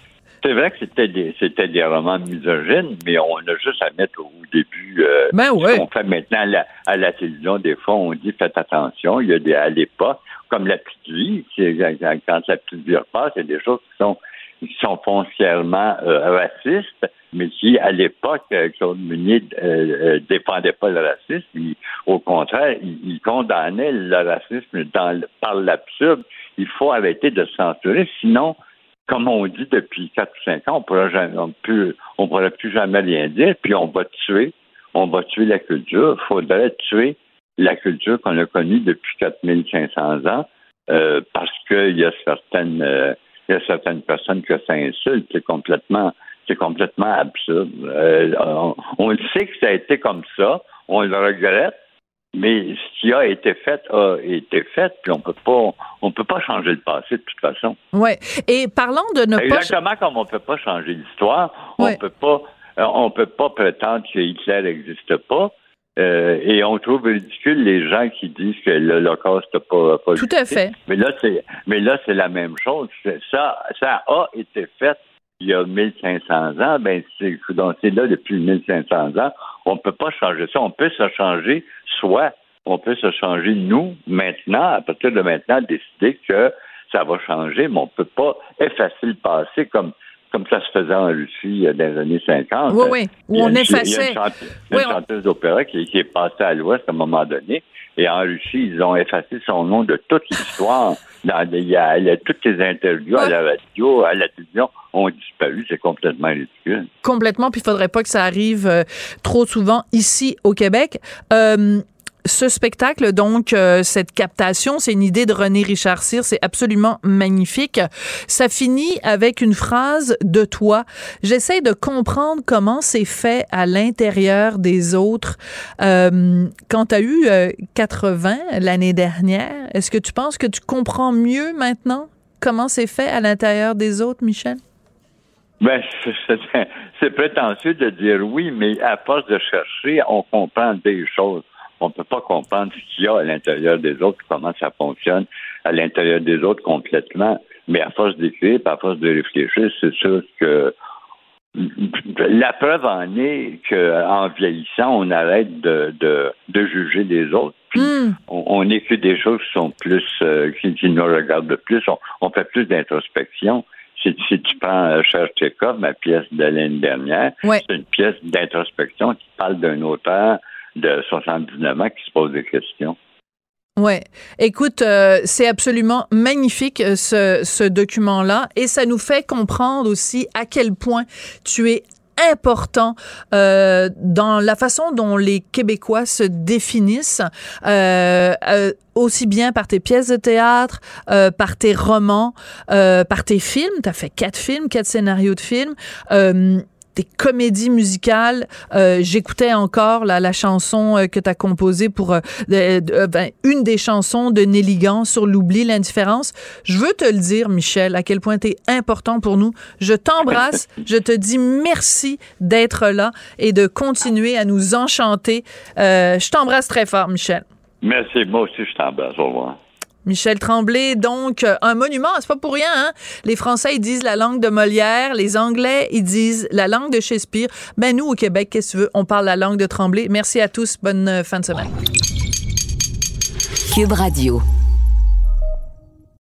c'est vrai que c'était des, c'était des romans misogynes, mais on a juste à mettre au début euh, ben ouais. ce qu'on fait maintenant à la, à la télévision. Des fois, on dit faites attention. Il y a des à l'époque, comme la petite vie, quand la petite vie repasse, il y a des choses qui sont qui sont foncièrement euh, racistes, mais qui, à l'époque, euh, Claude Meunier euh, euh, défendait pas le racisme. Il, au contraire, il, il condamnait le racisme dans, par l'absurde. Il faut arrêter de censurer, sinon, comme on dit depuis quatre ou cinq ans, on pourra jamais, on peut, on pourra plus jamais rien dire, puis on va tuer, on va tuer la culture. Il faudrait tuer la culture qu'on a connue depuis quatre mille cinq cents ans, euh, parce qu'il y a certaines, euh, il y a certaines personnes que ça insulte. C'est complètement, c'est complètement absurde. Euh, on, on le sait que ça a été comme ça, on le regrette. Mais ce qui a été fait a été fait, puis on peut pas, on peut pas changer le passé de toute façon. Ouais. Et parlons de ne pas. Exactement comme on peut pas changer l'histoire, ouais. on peut pas, on peut pas prétendre que Hitler n'existe pas. Euh, et on trouve ridicule les gens qui disent que l'Holocauste n'a pas, pas Tout existé. À fait. Mais là, c'est, mais là, c'est la même chose. Ça, ça a été fait il y a mille cinq cents ans. Ben, c'est, donc, c'est là depuis mille cinq cents ans. On peut pas changer ça. On peut se changer, soit on peut se changer nous maintenant, à partir de maintenant, décider que ça va changer, mais on peut pas effacer le passé comme comme ça se faisait en Russie dans les années cinquante. Oui, oui, où on effaçait. Il y a une, chante, une oui, chanteuse d'opéra qui, qui est passée à l'Ouest à un moment donné, et en Russie, ils ont effacé son nom de toute l'histoire. Dans, il y a, il y a toutes les interviews ouais. à la radio, à la télévision ont disparu. C'est complètement ridicule. Complètement, puis il faudrait pas que ça arrive euh, trop souvent ici au Québec. Euh, Ce spectacle, donc, euh, cette captation, c'est une idée de René Richard Cyr, c'est absolument magnifique. Ça finit avec une phrase de toi. J'essaie de comprendre comment c'est fait à l'intérieur des autres. Euh, quand tu as eu euh, quatre-vingts l'année dernière, est-ce que tu penses que tu comprends mieux maintenant comment c'est fait à l'intérieur des autres, Michel? Ben, c'est, c'est prétentieux de dire oui, mais à force de chercher, on comprend des choses. On ne peut pas comprendre ce qu'il y a à l'intérieur des autres, comment ça fonctionne à l'intérieur des autres complètement. Mais à force d'écrire, à force de réfléchir, c'est sûr que la preuve en est qu'en vieillissant, on arrête de, de, de juger les autres. Puis mm. on, on écrit des choses qui sont plus, euh, qui, qui nous regardent plus. On, on fait plus d'introspection. Si, si tu prends Cher Tchekhov, ma pièce de l'année dernière, ouais. c'est une pièce d'introspection qui parle d'un auteur de soixante-dix-neuf ans qui se pose des questions. Ouais. Écoute, euh, c'est absolument magnifique ce, ce document-là, et ça nous fait comprendre aussi à quel point tu es important euh, dans la façon dont les Québécois se définissent, euh, euh, aussi bien par tes pièces de théâtre, euh, par tes romans, euh, par tes films. T'as fait quatre films, quatre scénarios de films. Euh, des comédies musicales. Euh, j'écoutais encore la, la chanson euh, que tu as composée pour euh, de, de, ben, une des chansons de Nelly Gant sur l'oubli, l'indifférence. Je veux te le dire, Michel, à quel point tu es important pour nous. Je t'embrasse. Je te dis merci d'être là et de continuer à nous enchanter. Euh, je t'embrasse très fort, Michel. Merci. Moi aussi, je t'embrasse. Au revoir. Michel Tremblay, donc, un monument, c'est pas pour rien, hein? Les Français, ils disent la langue de Molière, les Anglais, ils disent la langue de Shakespeare. Ben, nous, au Québec, qu'est-ce que tu veux? On parle la langue de Tremblay. Merci à tous. Bonne fin de semaine. Cube Radio.